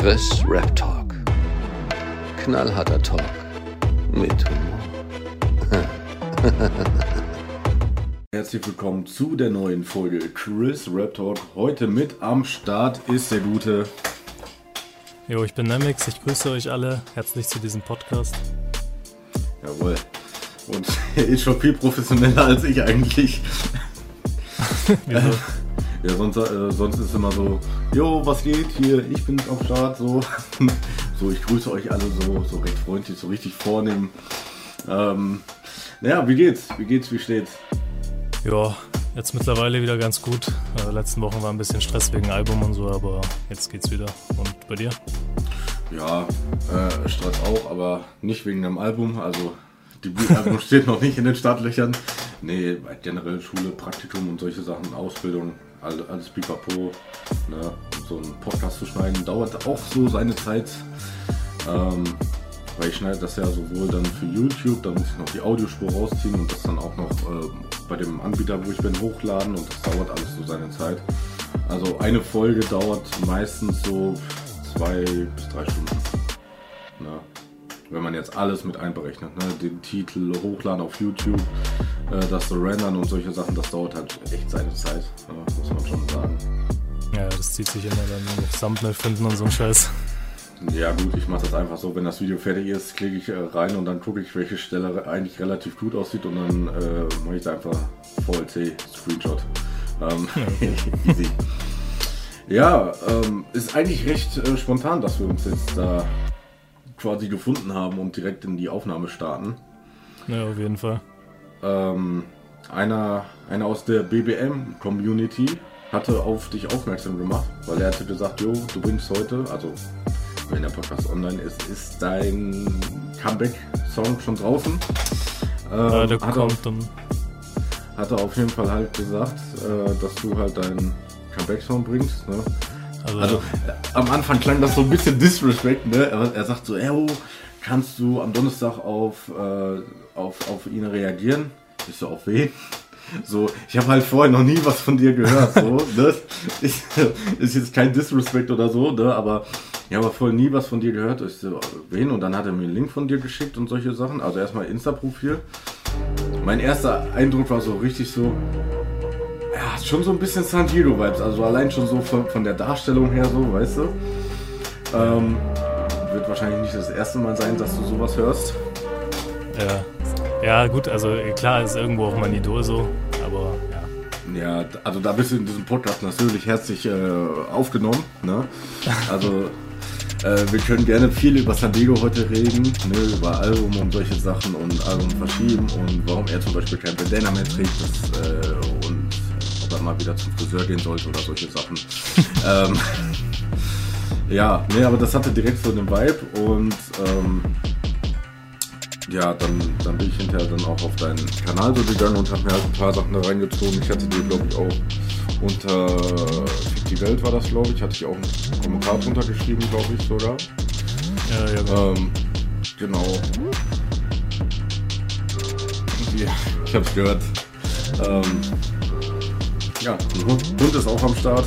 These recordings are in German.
Chris Rap Talk. Knallharter Talk mit Humor. Herzlich willkommen zu der neuen Folge Chris Rap Talk. Heute mit am Start ist der gute... Jo, ich bin Nemix, ich grüße euch alle herzlich zu diesem Podcast. Jawohl. Und er ist schon viel professioneller als ich eigentlich. Wieso? Ja, sonst ist immer so, jo, was geht hier, ich bin am Start, so. So, ich grüße euch alle so recht freundlich, so richtig vornehm. Naja, wie geht's, wie steht's? Ja, jetzt mittlerweile wieder ganz gut. Letzten Wochen war ein bisschen Stress wegen Album und so, aber jetzt geht's wieder. Und bei dir? Ja, Stress auch, aber nicht wegen einem Album, also Debütalbum steht noch nicht in den Startlöchern. Nee, generell Schule, Praktikum und solche Sachen, Ausbildung, alles pipapo. Ne? So einen Podcast zu schneiden dauert auch so seine Zeit. Weil ich schneide das ja sowohl dann für YouTube, dann muss ich noch die Audiospur rausziehen und das dann auch noch bei dem Anbieter, wo ich bin, hochladen und das dauert alles so seine Zeit. Also eine Folge dauert meistens so 2 bis 3 Stunden. Ne? Wenn man jetzt alles mit einberechnet, ne? Den Titel hochladen auf YouTube, das zu rendern und solche Sachen, das dauert halt echt seine Zeit, muss man schon sagen. Ja, das zieht sich immer dann noch Thumbnail finden und so ein Scheiß. Ja gut, ich mache das einfach so, wenn das Video fertig ist, klicke ich rein und dann gucke ich, welche Stelle eigentlich relativ gut aussieht und dann mache ich da einfach VLC Screenshot. Easy. Ja, ist eigentlich recht spontan, dass wir uns jetzt da quasi gefunden haben und direkt in die Aufnahme starten. Ja, auf jeden Fall. Einer aus der BBM-Community hatte auf dich aufmerksam gemacht, weil er hatte gesagt, jo, du bringst heute, also wenn der Podcast online ist dein Comeback-Song schon draußen. Der kommt dann. Hat er auf jeden Fall halt gesagt, dass du halt deinen Comeback-Song bringst, ne? Also am Anfang klang das so ein bisschen disrespect, ne? Er sagt so, kannst du am Donnerstag auf ihn reagieren? Ich so, auf wen? So, ich habe halt vorher noch nie was von dir gehört, so, ne? Ist jetzt kein Disrespect oder so, ne? Aber ich habe voll nie was von dir gehört. Ich so, wen? Und dann hat er mir einen Link von dir geschickt und solche Sachen. Also erstmal Insta-Profil. Mein erster Eindruck war so richtig so, ja, schon so ein bisschen San Diego-Vibes. Also allein schon so von der Darstellung her so, weißt du. Wird wahrscheinlich nicht das erste Mal sein, dass du sowas hörst. Ja, gut, also klar ist irgendwo auch mein Idol so, aber ja. Ja, also da bist du in diesem Podcast natürlich herzlich aufgenommen, ne? Also wir können gerne viel über San Diego heute reden, ne? Über Album und solche Sachen und Album verschieben und warum er zum Beispiel kein Bandana mehr trägt und ob er mal wieder zum Friseur gehen sollte oder solche Sachen. Ja, ne, aber das hatte direkt so einen Vibe und ja, dann bin ich hinterher dann auch auf deinen Kanal so gegangen und habe mir halt ein paar Sachen da reingezogen. Ich hatte dir, glaube ich, auch unter Fick die Welt war das, glaube ich, hatte ich auch einen Kommentar drunter geschrieben, glaube ich sogar. Ja. Genau. Ja, ich hab's gehört. Ja, ein Hund ist auch am Start.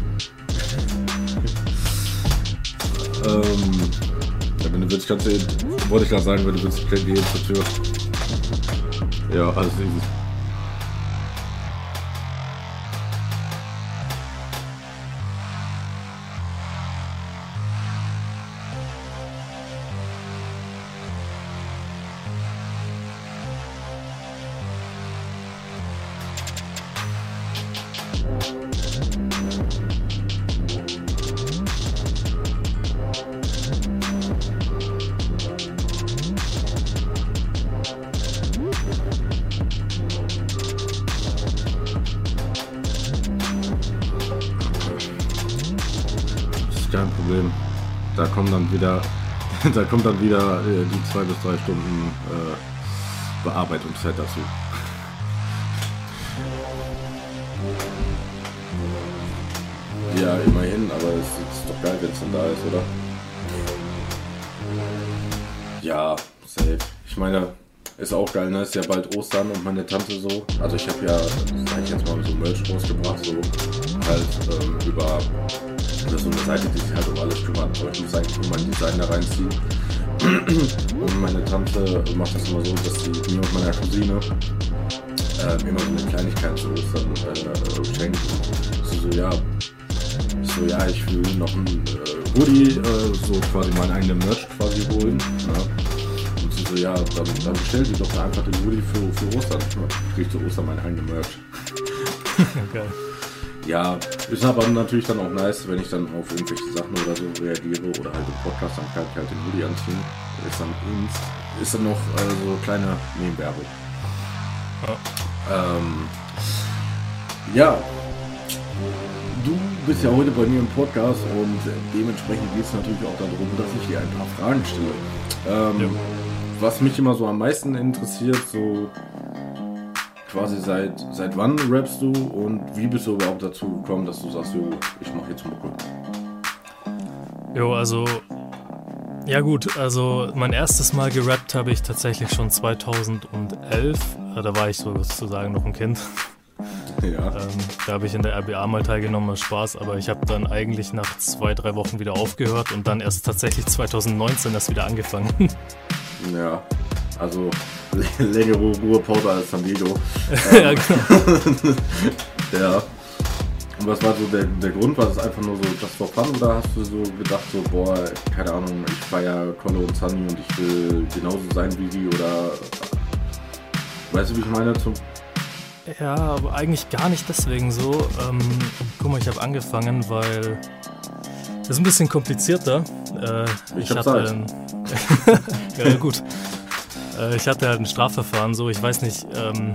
Ja, wenn du willst, kannst du, wollte ich gerade sagen, wenn du willst, geh zur Tür. Ja, alles easy. Kein Problem. Da kommt dann wieder die 2 bis 3 Stunden Bearbeitungszeit dazu. Ja, immerhin, aber es ist doch geil, wenn es dann da ist, oder? Ja, safe. Ich meine, ist auch geil, ne? Ist ja bald Ostern und meine Tante so. Also ich habe ja, sag ich jetzt mal, so Merch rausgebracht, so halt über Das ist so eine Seite, die sich halt um alles kümmert. Aber ich muss eigentlich nur meinen Designer reinziehen. Und meine Tante macht das immer so, dass sie mir und meiner Cousine immer so eine Kleinigkeit zu Ostern schenkt. So, ich will noch ein Hoodie, so quasi meinen eigenen Merch quasi holen. Ja. Und sie so, ja, dann bestellt sie doch einfach den Hoodie für Ostern. Ich krieg zu Ostern meinen eigenen Merch. Geil. Ja, ist aber natürlich dann auch nice, wenn ich dann auf irgendwelche Sachen oder so reagiere oder halt im Podcast, dann kann ich halt den Hoodie anziehen. Ist dann noch so kleine Nebenwerbung. Ja. Du bist ja heute bei mir im Podcast und dementsprechend geht es natürlich auch darum, dass ich dir ein paar Fragen stelle. Was mich immer so am meisten interessiert, so quasi seit wann rappst du und wie bist du überhaupt dazu gekommen, dass du sagst, ich mache jetzt Mucke? Ja gut, also mein erstes Mal gerappt habe ich tatsächlich schon 2011, da war ich sozusagen noch ein Kind. Ja. Da habe ich in der RBA mal teilgenommen, aus Spaß, aber ich habe dann eigentlich nach 2-3 Wochen wieder aufgehört und dann erst tatsächlich 2019 erst wieder angefangen. Ja, also längere Ruhepause als San Diego. Ja, genau. Ja. Und was war so der Grund? War das einfach nur so just for fun oder hast du so gedacht, so boah, keine Ahnung, ich feiere Kolle und Sunny und ich will genauso sein wie die oder weißt du, wie ich meine? Ja, aber eigentlich gar nicht deswegen so. Guck mal, ich habe angefangen, weil das ist ein bisschen komplizierter. Ich hatte ja, gut. Ich hatte halt ein Strafverfahren, so, ich weiß nicht,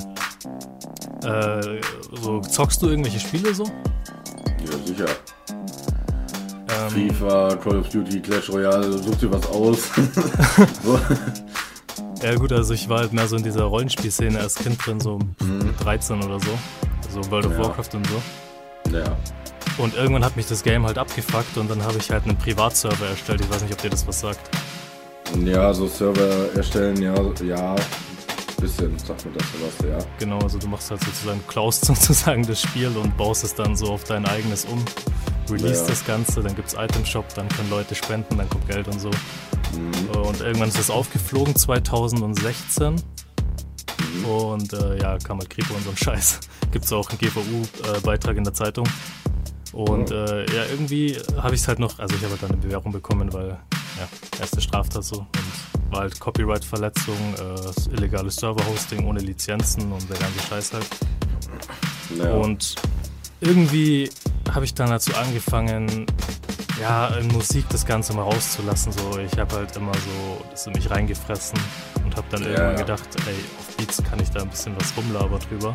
so, zockst du irgendwelche Spiele so? Ja, sicher. FIFA, Call of Duty, Clash Royale, such dir was aus. So. Ja gut, also ich war halt mehr so in dieser Rollenspielszene als Kind drin, so 13 oder so. So World of Warcraft und so. Ja. Und irgendwann hat mich das Game halt abgefuckt und dann habe ich halt einen Privatserver erstellt. Ich weiß nicht, ob dir das was sagt. Ja, so Server erstellen, ja, bisschen, sagt mir das was, ja. Genau, also du machst halt sozusagen, klaust sozusagen das Spiel und baust es dann so auf dein eigenes um. Release das Ganze, dann gibt's Item-Shop, dann können Leute spenden, dann kommt Geld und so. Und irgendwann ist das aufgeflogen, 2016. Und kam halt Kripo und so ein Scheiß. Gibt's auch einen GVU-Beitrag in der Zeitung. Und irgendwie habe ich es halt noch, also ich habe halt dann eine Bewährung bekommen, weil, erste Straftat so. Und war halt Copyright-Verletzung, illegales Server-Hosting ohne Lizenzen und der ganze Scheiß halt. Ja. Und irgendwie habe ich dann dazu angefangen, in Musik das Ganze mal rauszulassen. So. Ich habe halt immer so das in mich reingefressen und habe dann irgendwann gedacht, auf Beats kann ich da ein bisschen was rumlabern drüber.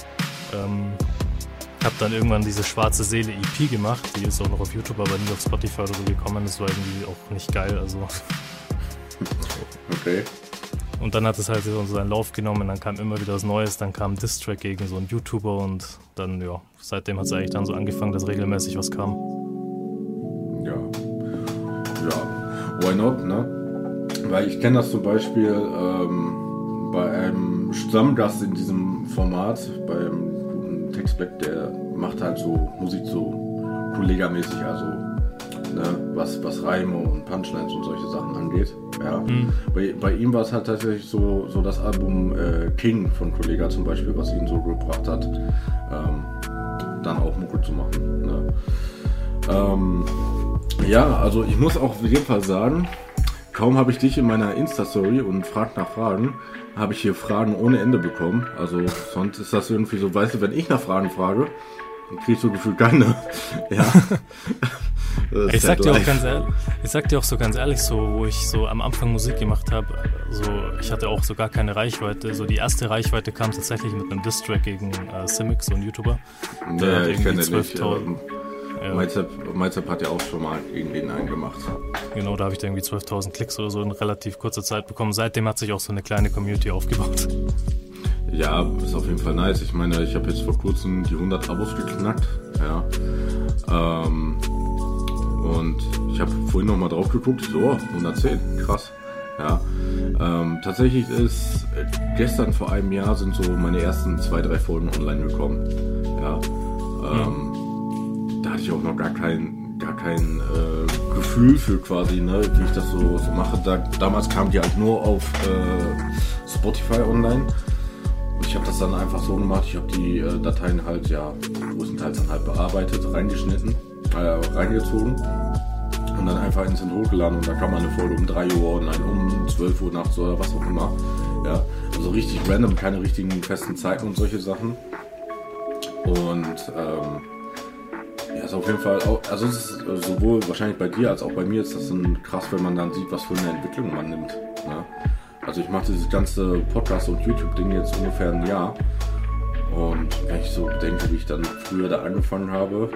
Habe dann irgendwann diese Schwarze Seele EP gemacht, die ist auch noch auf YouTube, aber nie auf Spotify oder so gekommen. Das war irgendwie auch nicht geil, also. Okay. Und dann hat es halt so seinen Lauf genommen, dann kam immer wieder was Neues, dann kam ein Diss-Track gegen so einen YouTuber und dann, seitdem hat es eigentlich dann so angefangen, dass regelmäßig was kam. Ja, why not, ne? Weil ich kenne das zum Beispiel bei einem Stammgast in diesem Format, beim guten Textblack, der macht halt so Musik so kollegamäßig, also ne, was Reime und Punchlines und solche Sachen angeht. Ja. Bei ihm war es halt tatsächlich so das Album King von Kollega zum Beispiel, was ihn so gebracht hat, dann auch Mucke zu machen. Ne? Also ich muss auch auf jeden Fall sagen, kaum habe ich dich in meiner Insta-Story und frag nach Fragen, habe ich hier Fragen ohne Ende bekommen. Also sonst ist das irgendwie so, weißt du, wenn ich nach Fragen frage, dann krieg ich so gefühlt keine. Ja. Ich sag dir auch so ganz ehrlich, so, wo ich so am Anfang Musik gemacht habe, so, ich hatte auch so gar keine Reichweite. So die erste Reichweite kam tatsächlich mit einem Diss-Track gegen Simic, so ein YouTuber. Der hat irgendwie 12.000. MyZap hat ja auch schon mal gegen den einen gemacht. Genau, da habe ich da irgendwie 12.000 Klicks oder so in relativ kurzer Zeit bekommen. Seitdem hat sich auch so eine kleine Community aufgebaut. Ja, ist auf jeden Fall nice. Ich meine, ich habe jetzt vor kurzem die 100 Abos geknackt. Ja. Und ich habe vorhin nochmal drauf geguckt. So, 110, krass. Ja. Tatsächlich ist gestern vor einem Jahr sind so meine ersten 2-3 Folgen online gekommen. Ja. Da hatte ich auch noch gar keinen gar kein Gefühl für quasi, ne, wie ich das so mache. Damals kam die halt nur auf Spotify online. Und ich habe das dann einfach so gemacht, ich habe die Dateien halt, ja, größtenteils dann halt bearbeitet, reingeschnitten, reingezogen und dann einfach instant hochgeladen und da kam eine Folge um 3 Uhr online, um 12 Uhr nachts oder was auch immer. Ja, also richtig random, keine richtigen festen Zeiten und solche Sachen. Und ja, ist auf jeden Fall auch, also es ist sowohl wahrscheinlich bei dir als auch bei mir ist das dann krass, wenn man dann sieht, was für eine Entwicklung man nimmt. Ne? Also ich mache dieses ganze Podcast- und YouTube-Ding jetzt ungefähr ein Jahr. Und wenn ich so denke, wie ich dann früher da angefangen habe,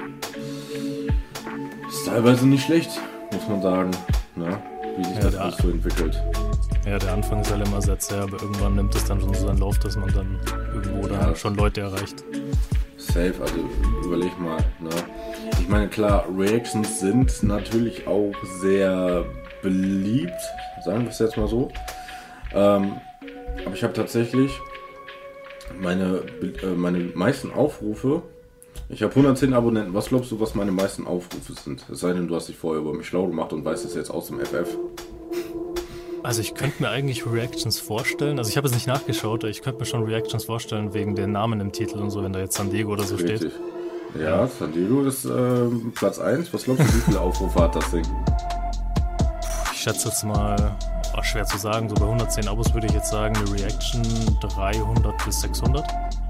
ist teilweise nicht schlecht, muss man sagen, ne? Wie sich das alles so entwickelt. Ja, der Anfang ist halt immer sehr zäh, aber irgendwann nimmt es dann schon so seinen Lauf, dass man dann irgendwo da schon Leute erreicht. Safe, also überleg mal, ne? Ich meine, klar, Reactions sind natürlich auch sehr beliebt, sagen wir es jetzt mal so. Aber ich habe tatsächlich meine meisten Aufrufe, ich habe 110 Abonnenten, was glaubst du, was meine meisten Aufrufe sind? Es sei denn, du hast dich vorher über mich schlau gemacht und weißt es jetzt aus dem FF. Also ich könnte mir eigentlich Reactions vorstellen, also ich habe es nicht nachgeschaut, ich könnte mir schon Reactions vorstellen wegen den Namen im Titel und so, wenn da jetzt San Diego oder so Richtig. steht. Ja, San Diego ist Platz 1. Was glaubst du, wie viele Aufrufe hat das Ding? Ich schätze jetzt mal, schwer zu sagen, so bei 110 Abos würde ich jetzt sagen, eine Reaction 300 bis 600.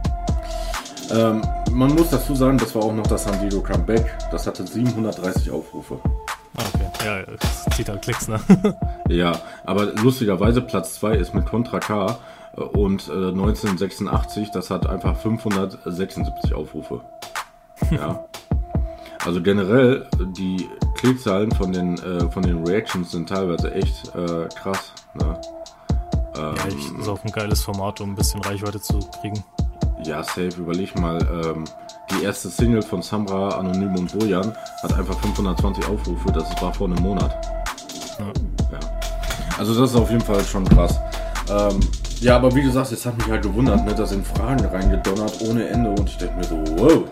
Man muss dazu sagen, das war auch noch das San Diego Comeback, das hatte 730 Aufrufe. Okay, ja, das zieht halt Klicks, ne? Ja, aber lustigerweise Platz 2 ist mit Contra K und 1986, das hat einfach 576 Aufrufe. Ja. Also generell, die Klickzahlen von den Reactions sind teilweise echt krass. Ne? Ja, ist auch ein geiles Format, um ein bisschen Reichweite zu kriegen. Ja, safe, überleg mal, die erste Single von Samra, Anonym und Bojan hat einfach 520 Aufrufe, das war vor einem Monat. Ja. Also das ist auf jeden Fall schon krass. Ja, aber wie du sagst, jetzt hat mich halt gewundert, ne, da sind Fragen reingedonnert ohne Ende und ich denke mir so, wow.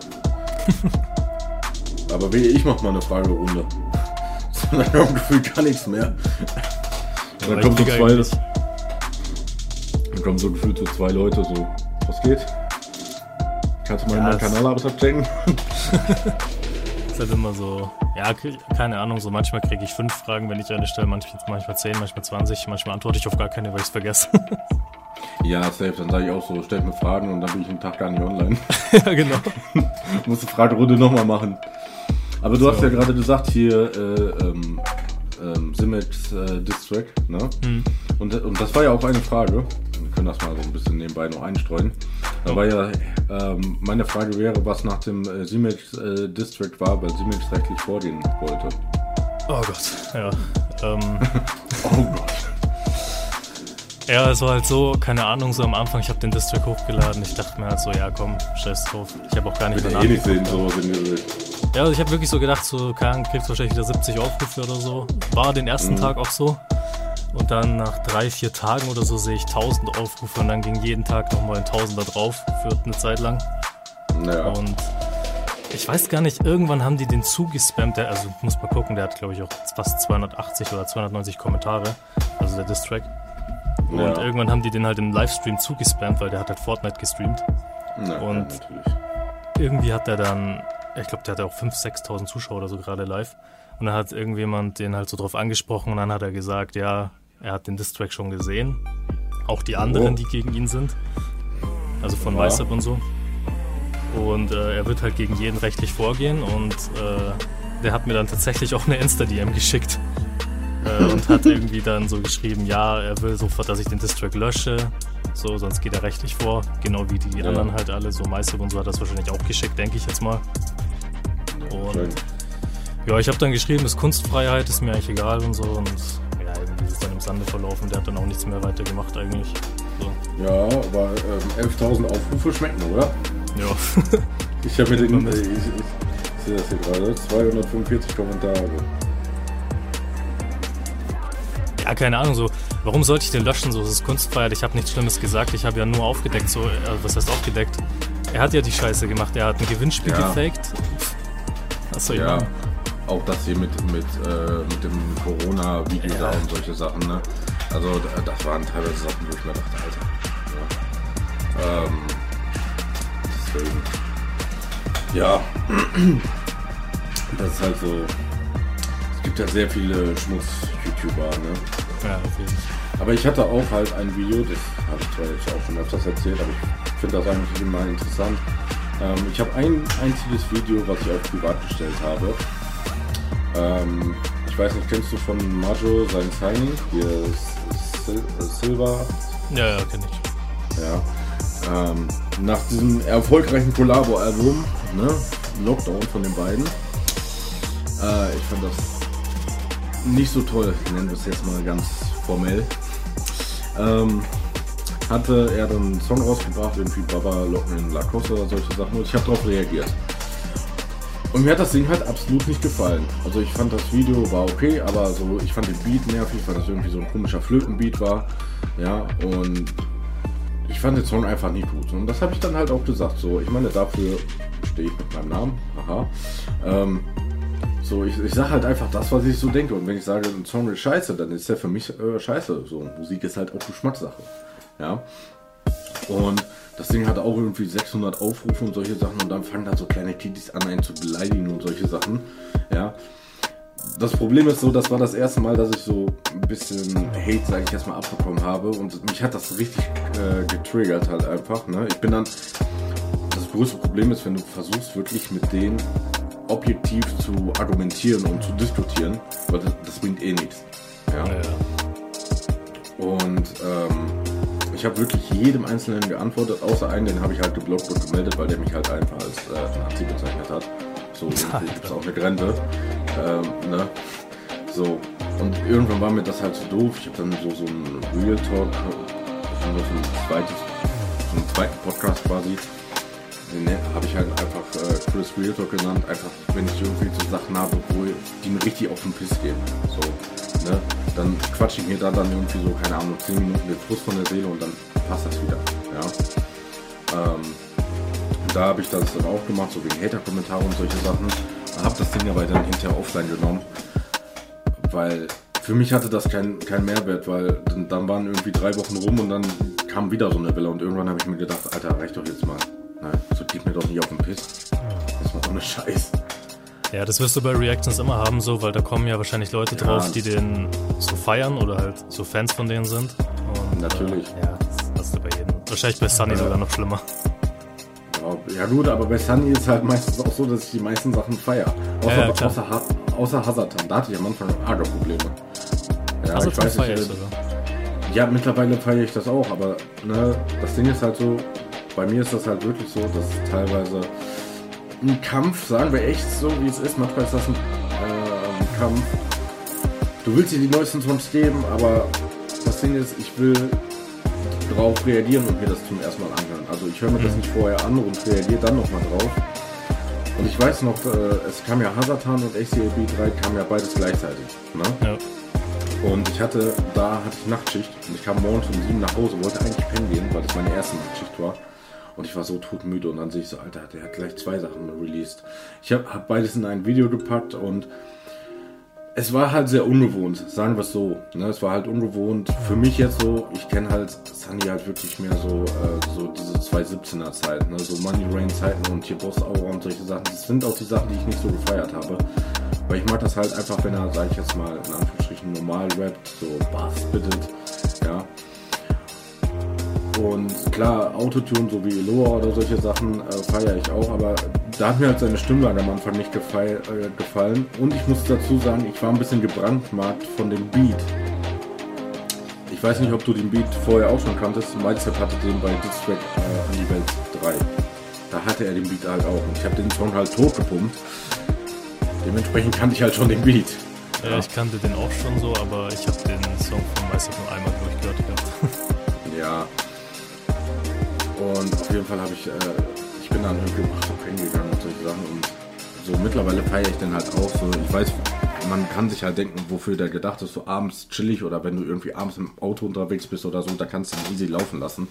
Aber ich mach mal eine Fragerunde. Dann kommt gefühlt gar nichts mehr. Ja, dann kommen so gefühlt so 2 Leute so, was geht? Kannst du mal meinen Kanal abchecken? Ist halt immer so, ja, keine Ahnung, so manchmal kriege ich 5 Fragen, wenn ich eine stelle, manchmal 10, manchmal 20, manchmal antworte ich auf gar keine, weil ich es vergesse. Ja, safe, dann sage ich auch so, stellt mir Fragen und dann bin ich einen Tag gar nicht online. Ja, genau. Musst die Fragerunde nochmal machen. Aber du hast ja gerade gesagt, hier Simic Distrack, ne? Mhm. Und das war ja auch eine Frage. Wir können das mal so ein bisschen nebenbei noch einstreuen. Da war ja, meine Frage wäre, was nach dem Simic Distrack war, weil Simic rechtlich vorgehen wollte. Oh Gott, ja. Oh Gott. Ja, es war halt so, keine Ahnung, so am Anfang, ich habe den Distrack hochgeladen, ich dachte mir halt so, ja komm, scheiß drauf. Ich habe auch gar nicht mehr nachgeguckt. Nicht sehen, so, wenn ihr will. Ja, also ich habe wirklich so gedacht, so, kriegst du wahrscheinlich wieder 70 Aufrufe oder so. War den ersten Tag auch so. Und dann nach 3-4 Tagen oder so sehe ich 1000 Aufrufe und dann ging jeden Tag nochmal ein Tausender drauf für eine Zeit lang. Ja. Und ich weiß gar nicht, irgendwann haben die den zugespammt, also muss mal gucken, der hat glaube ich auch fast 280 oder 290 Kommentare, also der Distrack. Und irgendwann haben die den halt im Livestream zugespammt, weil der hat halt Fortnite gestreamt. Ja, und irgendwie hat der dann, ich glaube, der hatte auch 5.000, 6.000 Zuschauer oder so gerade live. Und dann hat irgendjemand den halt so drauf angesprochen und dann hat er gesagt, ja, er hat den Distrack schon gesehen. Auch die anderen, die gegen ihn sind. Also von Weißab und so. Und er wird halt gegen jeden rechtlich vorgehen und der hat mir dann tatsächlich auch eine Insta-DM geschickt. Und hat irgendwie dann so geschrieben, ja, er will sofort, dass ich den Distrack lösche, so, sonst geht er rechtlich vor, genau wie die anderen halt alle, so Meister und so hat das wahrscheinlich auch geschickt, denke ich jetzt mal. Und ja, ich habe dann geschrieben, ist Kunstfreiheit, ist mir eigentlich egal und so und ja, irgendwie ist es dann im Sande verlaufen, der hat dann auch nichts mehr weiter gemacht eigentlich. So. Ja, aber 11.000 Aufrufe schmecken, oder? Ja. Ich habe mir den, ich sehe das hier gerade, 245 Kommentare. Ja, keine Ahnung, so, warum sollte ich den löschen, so, es ist Kunstfreiheit, ich habe nichts Schlimmes gesagt, ich habe ja nur aufgedeckt, so, was heißt aufgedeckt? Er hat ja die Scheiße gemacht, er hat ein Gewinnspiel gefaked. Was soll ich machen? auch das hier mit dem Corona-Video da und solche Sachen, ne? Also das waren teilweise Sachen, wo ich mir dachte, Alter. Ja. Deswegen. Ja. Das ist halt so. Es gibt ja sehr viele Schmutz-YouTuber, ne? Ja, auf jeden Fall. Aber ich hatte auch halt ein Video, das habe ich zwar jetzt auch schon öfters erzählt, aber ich finde das eigentlich immer interessant. Ich habe ein einziges Video, was ich auch privat gestellt habe. Ich weiß nicht, kennst du von Majo sein Signing? Hier Silver? Ja, kenne ich. Ja. Nach diesem erfolgreichen Collabo-Album, ne? Lockdown von den beiden. Ich fand das nicht so toll, nennen wir es jetzt mal ganz formell. Hatte er dann einen Song rausgebracht, irgendwie Baba Locken in Lacoste oder solche Sachen, und ich habe darauf reagiert. Und mir hat das Ding halt absolut nicht gefallen. Also ich fand das Video war okay, aber so ich fand den Beat nervig, weil das irgendwie so ein komischer Flötenbeat war. Ja, und ich fand den Song einfach nicht gut. Und das habe ich dann halt auch gesagt. So, ich meine, dafür stehe ich mit meinem Namen. Haha. So, ich sage halt einfach das, was ich so denke. Und wenn ich sage, ein Song ist scheiße, dann ist der für mich scheiße. So, Musik ist halt auch Geschmackssache. Ja. Und das Ding hat auch irgendwie 600 Aufrufe und solche Sachen. Und dann fangen da so kleine Kiddies an, einen zu beleidigen und solche Sachen. Ja. Das Problem ist so, das war das erste Mal, dass ich so ein bisschen Hate, sage ich erstmal, abbekommen habe. Und mich hat das richtig getriggert halt einfach. Ne? Ich bin dann... Das größte Problem ist, wenn du versuchst, wirklich mit denen objektiv zu argumentieren und zu diskutieren, weil das bringt eh nichts. Ja? Und ich habe wirklich jedem Einzelnen geantwortet, außer einen, den habe ich halt geblockt und gemeldet, weil der mich halt einfach als Nazi bezeichnet hat. So, gibt es auch eine Grenze. Ne? So. Und irgendwann war mir das halt so doof. Ich habe dann so einen Real Talk, so einen zweiten Podcast quasi. Den habe ich halt einfach Chris Real Talk genannt, einfach wenn ich irgendwie so Sachen habe, wo die mir richtig auf den Piss gehen. So, ne? Dann quatsche ich mir da dann irgendwie so, keine Ahnung, 10 Minuten den Frust von der Seele und dann passt das wieder. Ja? Da habe ich das dann auch gemacht, so wegen Hater-Kommentare und solche Sachen. Habe das Ding aber dann hinterher offline genommen, weil für mich hatte das keinen Mehrwert, weil dann waren irgendwie 3 Wochen rum und dann kam wieder so eine Welle und irgendwann habe ich mir gedacht, Alter, reicht doch jetzt mal. Nein, so geht mir doch nicht auf den Piss. Das war so eine Scheiß. Ja, das wirst du bei Reactions immer haben, so, weil da kommen ja wahrscheinlich Leute drauf, die den so feiern oder halt so Fans von denen sind. Und, natürlich. Ja, das hast du bei jedem. Wahrscheinlich bei Sunny sogar noch schlimmer. Ja gut, aber bei Sunny ist halt meistens auch so, dass ich die meisten Sachen feiere. Außer Hazatan. Da hatte ich am Anfang arge Probleme. Ja, also ich weiß nicht. Ja, mittlerweile feiere ich das auch, aber ne, das Ding ist halt so, bei mir ist das halt wirklich so, dass es teilweise ein Kampf, sagen wir echt so, wie es ist. Manchmal ist das ein Kampf. Du willst dir die neuesten Songs geben, aber das Ding ist, ich will drauf reagieren und mir das zum ersten Mal anhören. Also ich höre mir das nicht vorher an und reagiere dann nochmal drauf. Und ich weiß noch, es kam ja Hazatan und ACAB 3 kam ja beides gleichzeitig. Ne? Ja. Und da hatte ich Nachtschicht und ich kam morgens um 7 nach Hause, wollte eigentlich pennen gehen, weil das meine erste Nachtschicht war. Und ich war so todmüde und dann sehe ich so, Alter, der hat gleich 2 Sachen released. Ich hab beides in ein Video gepackt und es war halt sehr ungewohnt, sagen wir es so. Ne? Es war halt ungewohnt für mich jetzt so. Ich kenne halt Sunny halt wirklich mehr so diese 2017er Zeit, ne? So Money Rain Zeiten und hier Boss Aura und solche Sachen. Das sind auch die Sachen, die ich nicht so gefeiert habe. Weil ich mag das halt einfach, wenn er, sag ich jetzt mal, in Anführungsstrichen normal rappt, so Bars spittet, ja. Und klar, Autotune, so wie Eloa oder solche Sachen feiere ich auch, aber da hat mir halt seine Stimmlage am Anfang nicht gefallen. Und ich muss dazu sagen, ich war ein bisschen gebrandmarkt von dem Beat. Ich weiß nicht, ob du den Beat vorher auch schon kanntest. Mindset hatte den bei Diss Track an die Welt 3. Da hatte er den Beat halt auch. Und ich habe den Song halt totgepumpt. Dementsprechend kannte ich halt schon den Beat. Ja, ich kannte den auch schon so, aber ich habe den Song von Mindset nur einmal durchgehört gehabt. Ja. Und auf jeden Fall habe ich bin dann irgendwie auch hingegangen und solche Sachen und so mittlerweile feiere ich den halt auch so. Ich weiß, man kann sich halt denken, wofür der gedacht ist, so abends chillig oder wenn du irgendwie abends im Auto unterwegs bist oder so, da kannst du ihn easy laufen lassen.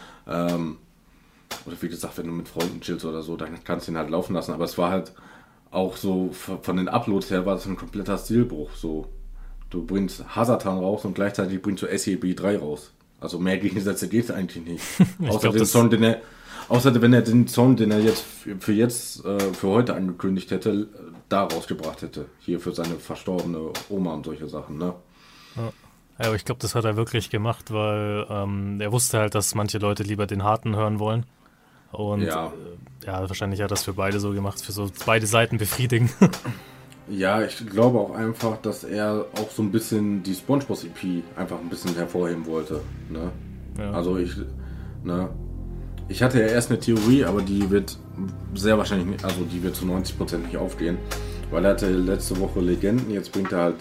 Oder wie gesagt, wenn du mit Freunden chillst oder so, dann kannst du ihn halt laufen lassen. Aber es war halt auch so von den Uploads her war das ein kompletter Stilbruch. So, du bringst Hasatan raus und gleichzeitig bringst du SEB 3 raus. Also mehr Gegensätze geht es eigentlich nicht. Außer wenn er den Song, den er jetzt für heute angekündigt hätte, da rausgebracht hätte. Hier für seine verstorbene Oma und solche Sachen, ne? Ja, aber ich glaube, das hat er wirklich gemacht, weil er wusste halt, dass manche Leute lieber den harten hören wollen. Und wahrscheinlich hat er das für beide so gemacht, für so beide Seiten befriedigen. Ja, ich glaube auch einfach, dass er auch so ein bisschen die SpongeBob EP einfach ein bisschen hervorheben wollte. Ne? Ja. Also ich hatte ja erst eine Theorie, aber die wird sehr wahrscheinlich nicht, also die wird zu 90% nicht aufgehen. Weil er hatte letzte Woche Legenden, jetzt bringt er halt,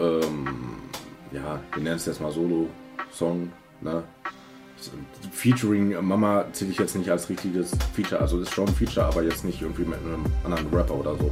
wir nennen es jetzt mal Solo-Song, ne? Featuring Mama zähle ich jetzt nicht als richtiges Feature, also ist schon ein Feature, aber jetzt nicht irgendwie mit einem anderen Rapper oder so.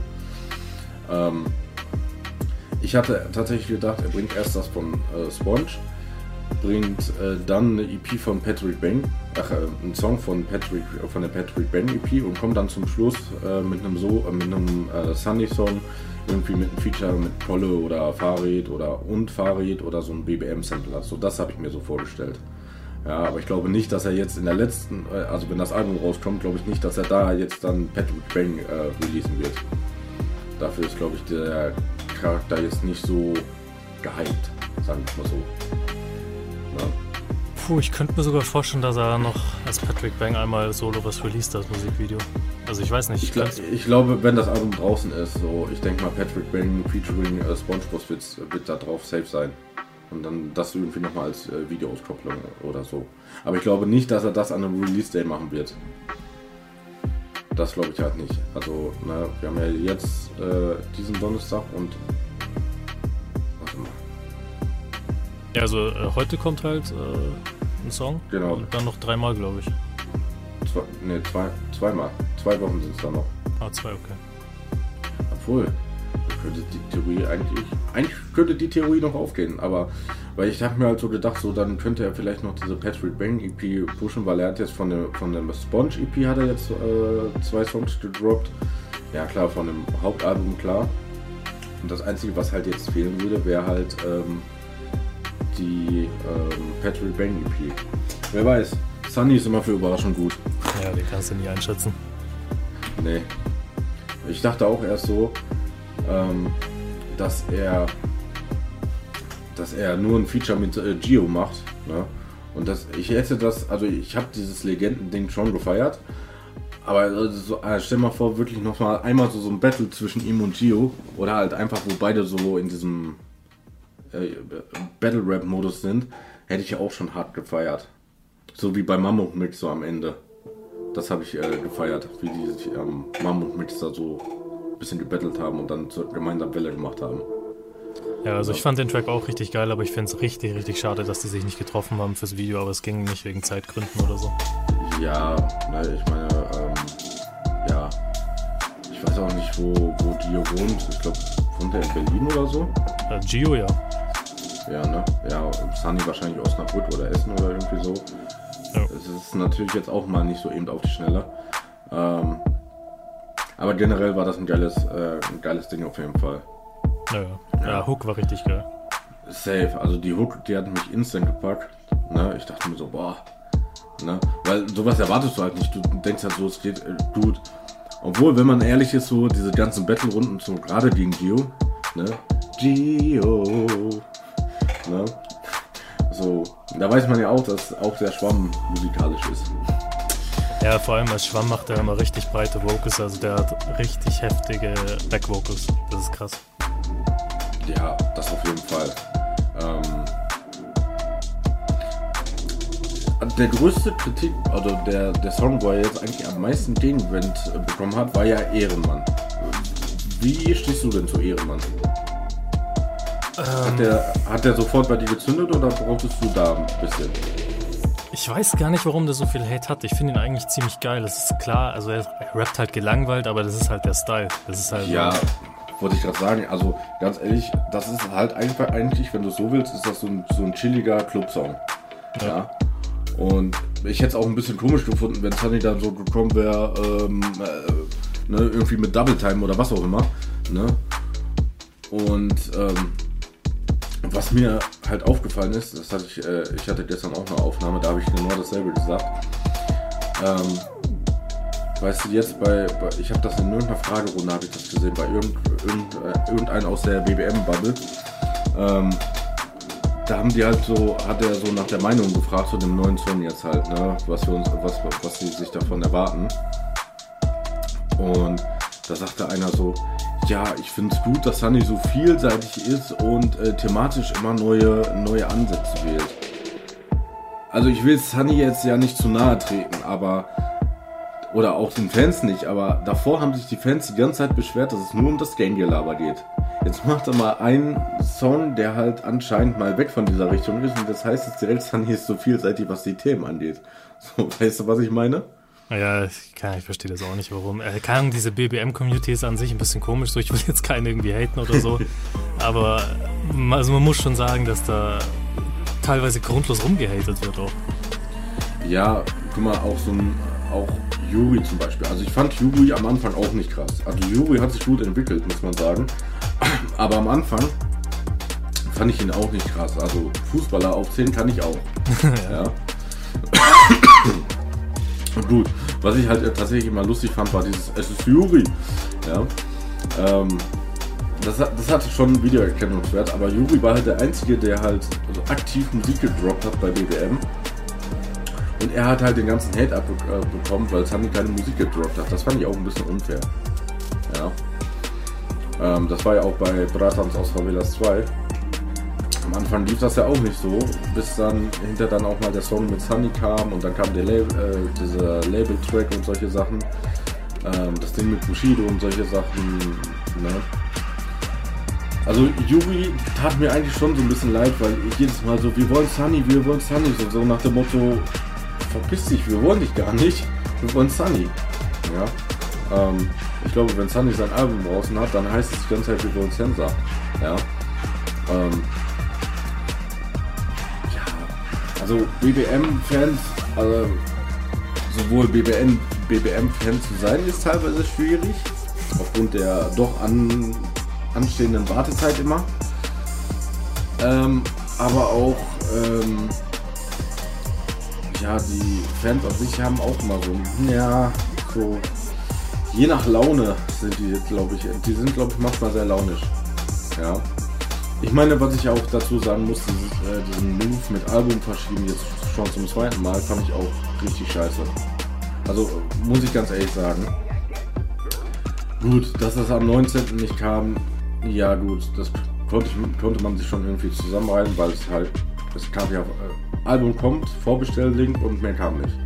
Ich hatte tatsächlich gedacht, er bringt erst das von Sponge, bringt dann eine EP von Patrick Bang, einen Song von der Patrick Bang EP und kommt dann zum Schluss mit einem Sunny-Song, irgendwie mit einem Feature mit Polle oder Farid oder so ein BBM-Sampler. So, das habe ich mir so vorgestellt. Ja, aber ich glaube nicht, dass er jetzt in der letzten, also wenn das Album rauskommt, glaube ich nicht, dass er da jetzt dann Patrick Bang releasen wird. Dafür ist, glaube ich, der Charakter jetzt nicht so gehypt, sagen wir mal so. Ja. Puh, ich könnte mir sogar vorstellen, dass er noch als Patrick Bang einmal solo was released, das Musikvideo. Also ich weiß nicht. Ich glaube, wenn das Album draußen ist, so, ich denke mal, Patrick Bang featuring SpongeBob wird da drauf safe sein. Und dann das irgendwie nochmal als Videoauskopplung oder so. Aber ich glaube nicht, dass er das an einem Release-Day machen wird. Das glaube ich halt nicht. Also, wir haben ja jetzt diesen Donnerstag und... Warte mal. Ja, also heute kommt halt ein Song. Genau. Und dann noch 3 Mal, glaube ich. Zweimal. 2 Wochen sind es dann noch. 2, okay. Obwohl... Eigentlich könnte die Theorie noch aufgehen, aber weil ich habe mir halt so gedacht, so dann könnte er vielleicht noch diese Patrick Bang EP pushen, weil er hat jetzt von der Sponge EP hat er jetzt 2 Songs gedroppt. Ja klar, von dem Hauptalbum klar. Und das Einzige, was halt jetzt fehlen würde, wäre halt die Patrick Bang EP. Wer weiß, Sunny ist immer für Überraschung gut. Ja, den kannst du nie einschätzen. Nee. Ich dachte auch erst so, dass er nur ein Feature mit Gio macht, ne? Und ich habe dieses Legenden-Ding schon gefeiert, aber stell mal vor, wirklich nochmal einmal so ein Battle zwischen ihm und Gio oder halt einfach, wo beide so in diesem Battle-Rap-Modus sind, hätte ich ja auch schon hart gefeiert. So wie bei Mammut Mix so am Ende. Das habe ich gefeiert, wie die sich Mammut Mix da so bisschen gebettelt haben und dann gemeinsam Welle gemacht haben. Ja, also ich fand den Track auch richtig geil, aber ich finde es richtig, richtig schade, dass die sich nicht getroffen haben fürs Video, aber es ging nicht wegen Zeitgründen oder so. Ja, ich meine, ich weiß auch nicht, wo Gio wohnt. Ich glaube, wohnt er in Berlin oder so? Gio, ja. Ja, ne? Ja, Sunny wahrscheinlich Osnabrück oder Essen oder irgendwie so. Ja. Es ist natürlich jetzt auch mal nicht so eben auf die Schnelle. Aber generell war das ein geiles Ding auf jeden Fall. Ja, Hook war richtig geil. Safe, also die Hook, die hat mich instant gepackt. Ne? Ich dachte mir so, boah. Ne? Weil sowas erwartest du halt nicht. Du denkst halt so, es geht gut. Obwohl, wenn man ehrlich ist, so diese ganzen Battle-Runden, so gerade gegen Gio, ne? Gio. Ne? So, da weiß man ja auch, dass auch der Schwamm musikalisch ist. Ja, vor allem als Schwamm macht er immer richtig breite Vocals, also der hat richtig heftige Back-Vocals. Das ist krass. Ja, das auf jeden Fall. Der größte Kritik, also der Song, wo er jetzt eigentlich am meisten Gegenwind bekommen hat, war ja Ehrenmann. Wie stehst du denn zu Ehrenmann? Hat der sofort bei dir gezündet oder brauchtest du da ein bisschen? Ich weiß gar nicht, warum der so viel Hate hat. Ich finde ihn eigentlich ziemlich geil. Das ist klar, also er rappt halt gelangweilt, aber das ist halt der Style. Das ist halt ja, wollte ich gerade sagen. Also ganz ehrlich, das ist halt einfach eigentlich, wenn du es so willst, ist das so ein chilliger Club-Song. Ja. Und ich hätte es auch ein bisschen komisch gefunden, wenn Sunny dann so gekommen wäre, ne, irgendwie mit Double Time oder was auch immer, ne? Und was mir halt aufgefallen ist, das hatte ich hatte gestern auch eine Aufnahme, da habe ich genau dasselbe gesagt. Weißt du, jetzt ich habe das in irgendeiner Fragerunde, habe ich das gesehen, bei irgendeinem aus der BBM-Bubble. Da haben die halt hat er so nach der Meinung gefragt zu dem neuen Song jetzt halt, ne, was sie sich davon erwarten. Und da sagte einer so, ja, ich finde es gut, dass Sunny so vielseitig ist und thematisch immer neue Ansätze wählt. Also ich will Sunny jetzt ja nicht zu nahe treten, oder auch den Fans nicht, aber davor haben sich die Fans die ganze Zeit beschwert, dass es nur um das Game-Gelaber geht. Jetzt macht er mal einen Song, der halt anscheinend mal weg von dieser Richtung ist und das heißt jetzt direkt, Sunny ist so vielseitig, was die Themen angeht. So, weißt du, was ich meine? Ja, ich verstehe das auch nicht, warum. Keine Ahnung, diese BBM-Community ist an sich ein bisschen komisch, so ich will jetzt keinen irgendwie haten oder so, aber also man muss schon sagen, dass da teilweise grundlos rumgehatet wird auch. Ja, guck mal, auch Yuri zum Beispiel. Also ich fand Yuri am Anfang auch nicht krass. Also Yuri hat sich gut entwickelt, muss man sagen. Aber am Anfang fand ich ihn auch nicht krass. Also Fußballer aufzählen kann ich auch. Ja. Und gut, was ich halt tatsächlich immer lustig fand, war dieses Es ist Yuri. Ja. Das hatte schon einen Wiedererkennungswert, aber Yuri war halt der Einzige, der halt aktiv Musik gedroppt hat bei BBM. Und er hat halt den ganzen Hate abbekommen, weil Sunny keine Musik gedroppt hat. Das fand ich auch ein bisschen unfair. Ja. Das war ja auch bei Bratans aus Favelas 2. Am Anfang lief das ja auch nicht so, bis dann auch mal der Song mit Sunny kam und dann kam dieser Label-Track und solche Sachen. Das Ding mit Bushido und solche Sachen. Ne? Also Yuri tat mir eigentlich schon so ein bisschen leid, weil ich jedes Mal so, wir wollen Sunny, so nach dem Motto, verpiss dich, wir wollen dich gar nicht, wir wollen Sunny. Ja? Ich glaube, wenn Sunny sein Album draußen hat, dann heißt es die ganze Zeit, wir wollen Sensa. Ja? Also BBM-Fans, sowohl BBM-Fans zu sein, ist teilweise schwierig, aufgrund der doch anstehenden Wartezeit immer. Aber auch, die Fans an sich haben auch immer so, je nach Laune sind die, glaube ich, manchmal sehr launisch. Ja. Ich meine, was ich auch dazu sagen muss, diesen Move mit Album verschieben jetzt schon zum zweiten Mal, fand ich auch richtig scheiße. Also, muss ich ganz ehrlich sagen. Gut, dass das am 19. nicht kam, ja gut, das konnte man sich schon irgendwie zusammenreihen, weil es kam ja, Album kommt, Vorbestelllink und mehr kam nicht.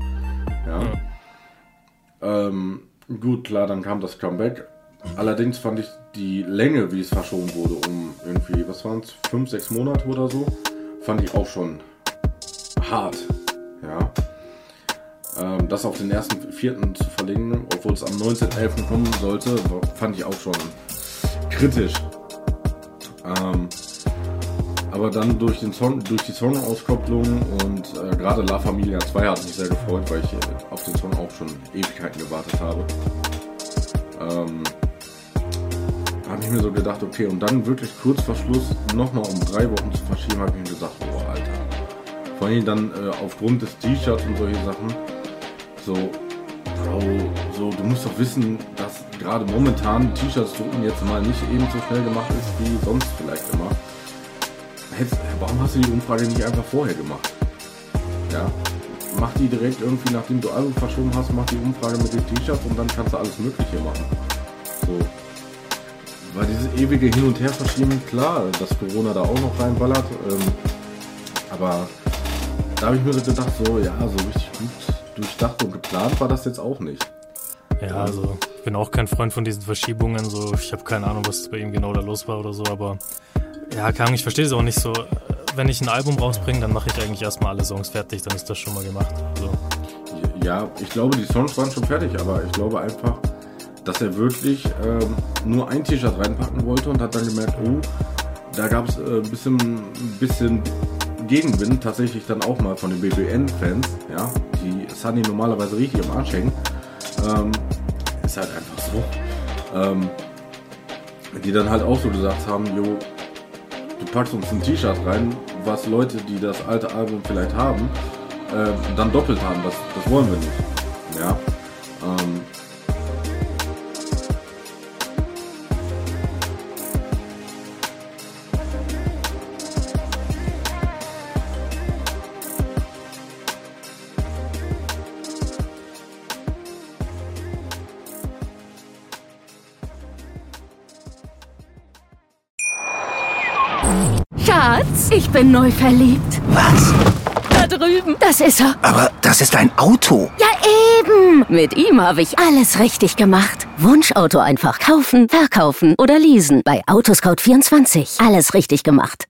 Ja. Gut, klar, dann kam das Comeback. Allerdings fand ich die Länge, wie es verschoben wurde, um irgendwie, was waren es, 5-6 Monate oder so, fand ich auch schon hart. Ja. Das auf den 1.4. zu verlegen, obwohl es am 19.11. kommen sollte, fand ich auch schon kritisch. Aber dann durch die Song-Auskopplung und gerade La Familia 2 hat mich sehr gefreut, weil ich auf den Song auch schon Ewigkeiten gewartet habe. Habe ich mir so gedacht, okay, und dann wirklich kurz vor Schluss nochmal um 3 Wochen zu verschieben, habe ich mir gesagt, boah, Alter. Vor allem dann aufgrund des T-Shirts und solche Sachen, so, Bro, so, du musst doch wissen, dass gerade momentan T-Shirts drucken jetzt mal nicht eben so schnell gemacht ist, wie sonst vielleicht immer. Warum hast du die Umfrage nicht einfach vorher gemacht? Ja, mach die direkt irgendwie, nachdem du Album verschoben hast, mach die Umfrage mit den T-Shirts und dann kannst du alles Mögliche machen. So. Weil dieses ewige Hin- und Her verschieben, klar, dass Corona da auch noch reinballert, aber da habe ich mir so gedacht, so richtig gut durchdacht und geplant war das jetzt auch nicht. Ja, also ich bin auch kein Freund von diesen Verschiebungen, so ich habe keine Ahnung, was bei ihm genau da los war oder so, aber ja, keine Ahnung, ich verstehe es auch nicht so. Wenn ich ein Album rausbringe, dann mache ich eigentlich erstmal alle Songs fertig, dann ist das schon mal gemacht. So. Ja, ich glaube, die Songs waren schon fertig, aber ich glaube einfach, dass er wirklich nur ein T-Shirt reinpacken wollte und hat dann gemerkt, oh, da gab es ein bisschen Gegenwind, tatsächlich dann auch mal von den BBN-Fans, ja, die Sunny normalerweise richtig am Arsch hängen. Ist halt einfach so. Die dann halt auch so gesagt haben, jo, du packst uns ein T-Shirt rein, was Leute, die das alte Album vielleicht haben, dann doppelt haben. Das wollen wir nicht. Ja. Schatz, ich bin neu verliebt. Was? Da drüben. Das ist er. Aber das ist ein Auto. Ja, eben. Mit ihm habe ich alles richtig gemacht. Wunschauto einfach kaufen, verkaufen oder leasen. Bei Autoscout24. Alles richtig gemacht.